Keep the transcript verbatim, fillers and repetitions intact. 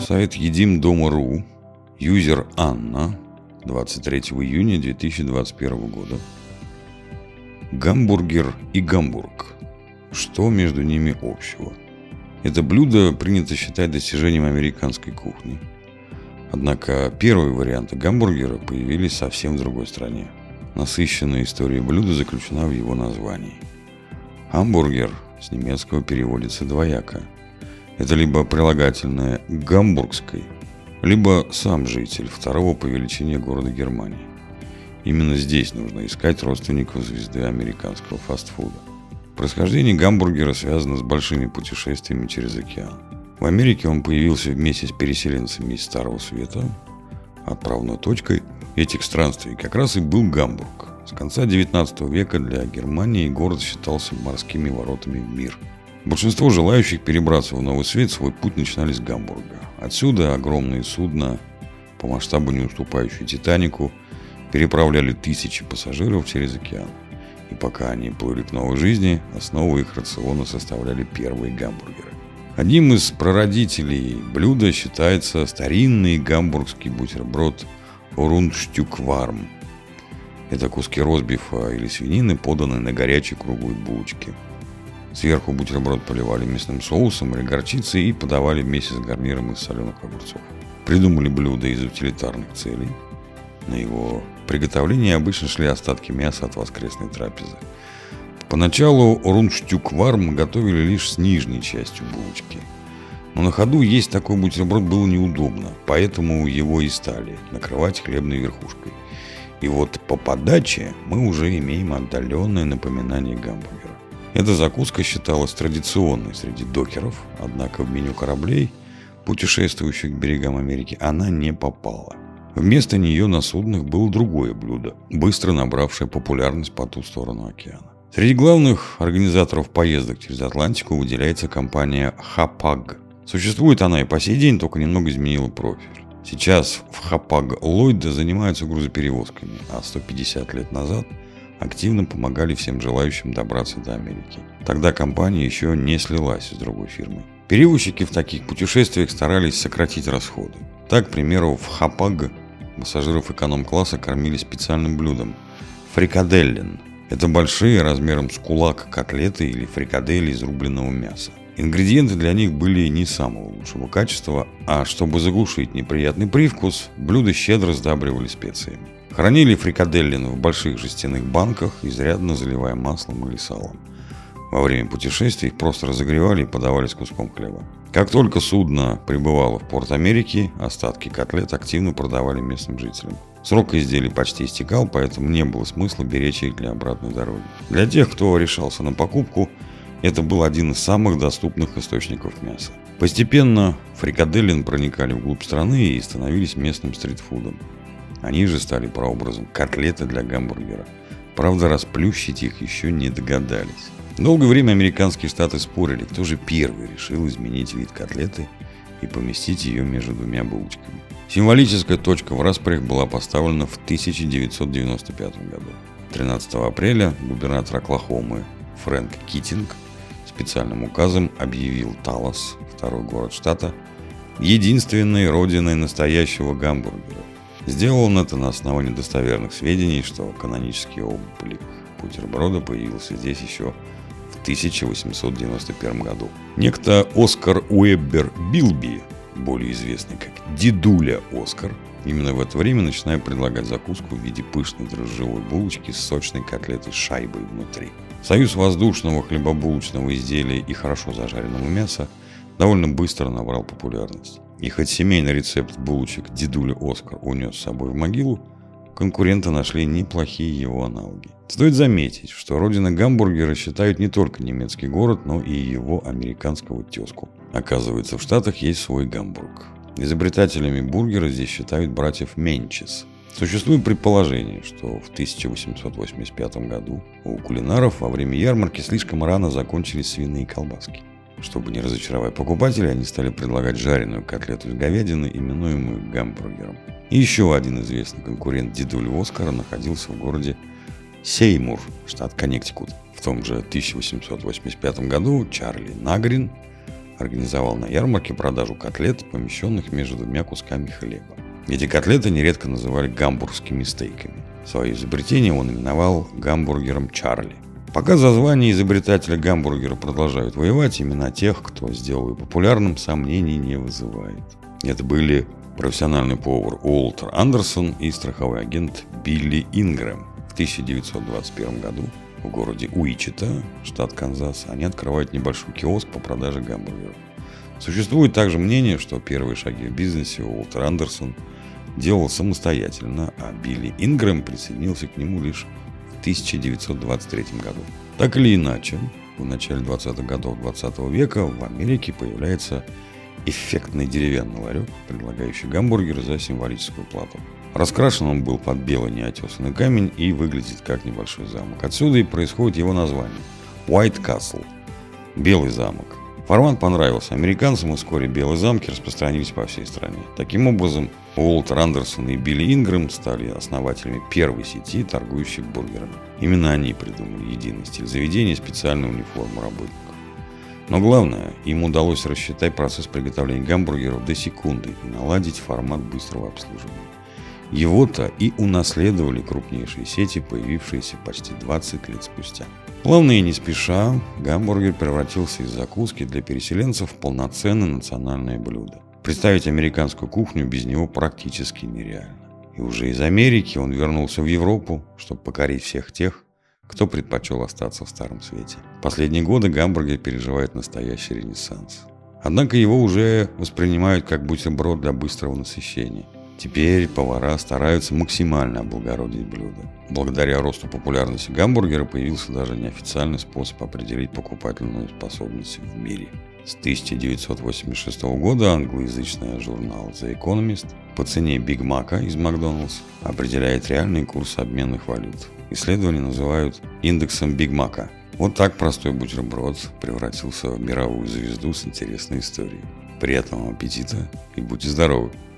Сайт едим дома точка ру. Юзер Анна. двадцать третьего июня две тысячи двадцать первого года. Гамбургер и гамбург. Что между ними общего? Это блюдо принято считать достижением американской кухни. Однако первые варианты гамбургера появились совсем в другой стране. Насыщенная история блюда заключена в его названии. Гамбургер с немецкого переводится двояко. Это либо прилагательное гамбургской, либо сам житель второго по величине города Германии. Именно здесь нужно искать родственников звезды американского фастфуда. Происхождение гамбургера связано с большими путешествиями через океан. В Америке он появился вместе с переселенцами из Старого Света. Отправной точкой этих странствий как раз и был Гамбург. С конца девятнадцатого века для Германии город считался морскими воротами в мир. Большинство желающих перебраться в Новый Свет свой путь начинали с Гамбурга. Отсюда огромные судна, по масштабу не уступающие «Титанику», переправляли тысячи пассажиров через океан. И пока они плыли к новой жизни, основу их рациона составляли первые гамбургеры. Одним из прародителей блюда считается старинный гамбургский бутерброд рундштюкварм. Это куски ростбифа или свинины, поданные на горячей круглой булочке. Сверху бутерброд поливали мясным соусом или горчицей и подавали вместе с гарниром из соленых огурцов. Придумали блюдо из утилитарных целей. На его приготовление обычно шли остатки мяса от воскресной трапезы. Поначалу рундштюкварм готовили лишь с нижней частью булочки. Но на ходу есть такой бутерброд было неудобно, поэтому его и стали накрывать хлебной верхушкой. И вот по подаче мы уже имеем отдаленное напоминание гамбургера. Эта закуска считалась традиционной среди докеров, однако в меню кораблей, путешествующих к берегам Америки, она не попала. Вместо нее на суднах было другое блюдо, быстро набравшее популярность по ту сторону океана. Среди главных организаторов поездок через Атлантику выделяется компания Хапаг. Существует она и по сей день, только немного изменила профиль. Сейчас в Хапаг-Ллойд занимаются грузоперевозками, а сто пятьдесят лет назад активно помогали всем желающим добраться до Америки. Тогда компания еще не слилась с другой фирмой. Перевозчики в таких путешествиях старались сократить расходы. Так, к примеру, в Хапаг пассажиров эконом-класса кормили специальным блюдом – фрикаделлен. Это большие, размером с кулак, котлеты или фрикадели из рубленого мяса. Ингредиенты для них были не самого лучшего качества, а чтобы заглушить неприятный привкус, блюда щедро сдабривали специями. Хранили фрикаделлин в больших жестяных банках, изрядно заливая маслом или салом. Во время путешествий их просто разогревали и подавали с куском хлеба. Как только судно прибывало в порт Америки, остатки котлет активно продавали местным жителям. Срок изделий почти истекал, поэтому не было смысла беречь их для обратной дороги. Для тех, кто решался на покупку, это был один из самых доступных источников мяса. Постепенно фрикаделлин проникали вглубь страны и становились местным стритфудом. Они же стали прообразом котлеты для гамбургера. Правда, расплющить их еще не догадались. Долгое время американские штаты спорили, кто же первый решил изменить вид котлеты и поместить ее между двумя булочками. Символическая точка в распрях была поставлена в тысяча девятьсот девяносто пятом году. тринадцатого апреля губернатор Оклахомы Фрэнк Китинг специальным указом объявил Таллас, второй город штата, единственной родиной настоящего гамбургера. Сделал он это на основании достоверных сведений, что канонический облик бутерброда появился здесь еще в тысяча восемьсот девяносто первом году. Некто Оскар Уэббер Билби, более известный как Дедуля Оскар, именно в это время начинает предлагать закуску в виде пышной дрожжевой булочки с сочной котлетой с шайбой внутри. Союз воздушного хлебобулочного изделия и хорошо зажаренного мяса довольно быстро набрал популярность. И хоть семейный рецепт булочек Дедуля Оскар унес с собой в могилу, конкуренты нашли неплохие его аналоги. Стоит заметить, что родина гамбургера считают не только немецкий город, но и его американского тезку. Оказывается, в Штатах есть свой Гамбург. Изобретателями бургера здесь считают братьев Менчес. Существует предположение, что в тысяча восемьсот восемьдесят пятом году у кулинаров во время ярмарки слишком рано закончились свиные колбаски. Чтобы не разочаровать покупателей, они стали предлагать жареную котлету из говядины, именуемую гамбургером. И еще один известный конкурент Дедули Оскара находился в городе Сеймур, штат Коннектикут. В том же тысяча восемьсот восемьдесят пятом году Чарли Нагрин организовал на ярмарке продажу котлет, помещенных между двумя кусками хлеба. Эти котлеты нередко называли гамбургскими стейками. Свое изобретение он именовал гамбургером Чарли. Пока за звание изобретателя гамбургера продолжают воевать, имена тех, кто сделал его популярным, сомнений не вызывает. Это были профессиональный повар Уолтер Андерсон и страховой агент Билли Ингрэм. В тысяча девятьсот двадцать первом году в городе Уичита, штат Канзас, они открывают небольшой киоск по продаже гамбургеров. Существует также мнение, что первые шаги в бизнесе Уолтер Андерсон делал самостоятельно, а Билли Ингрэм присоединился к нему лишь в тысяча девятьсот двадцать третьем году. Так или иначе, в начале двадцатых годов двадцатого века в Америке появляется эффектный деревянный ларек, предлагающий гамбургеры за символическую плату. Раскрашен он был под белый неотесанный камень и выглядит как небольшой замок. Отсюда и происходит его название – White Castle – Белый замок. Формат понравился американцам, и вскоре белые замки распространились по всей стране. Таким образом, Уолтер Андерсон и Билли Ингрэм стали основателями первой сети, торгующих бургерами. Именно они придумали единый стиль заведения и специальную униформу работников. Но главное, им удалось рассчитать процесс приготовления гамбургеров до секунды и наладить формат быстрого обслуживания. Его-то и унаследовали крупнейшие сети, появившиеся почти двадцать лет спустя. Плавно и не спеша гамбургер превратился из закуски для переселенцев в полноценное национальное блюдо. Представить американскую кухню без него практически нереально. И уже из Америки он вернулся в Европу, чтобы покорить всех тех, кто предпочел остаться в Старом Свете. В последние годы гамбургер переживает настоящий ренессанс. Однако его уже воспринимают как бутерброд для быстрого насыщения. Теперь повара стараются максимально облагородить блюдо. Благодаря росту популярности гамбургера появился даже неофициальный способ определить покупательную способность в мире. С тысяча девятьсот восемьдесят шестого года англоязычный журнал The Economist по цене Биг Мака из Макдоналдс определяет реальный курс обменных валют. Исследования называют индексом Биг Мака. Вот так простой бутерброд превратился в мировую звезду с интересной историей. Приятного аппетита и будьте здоровы!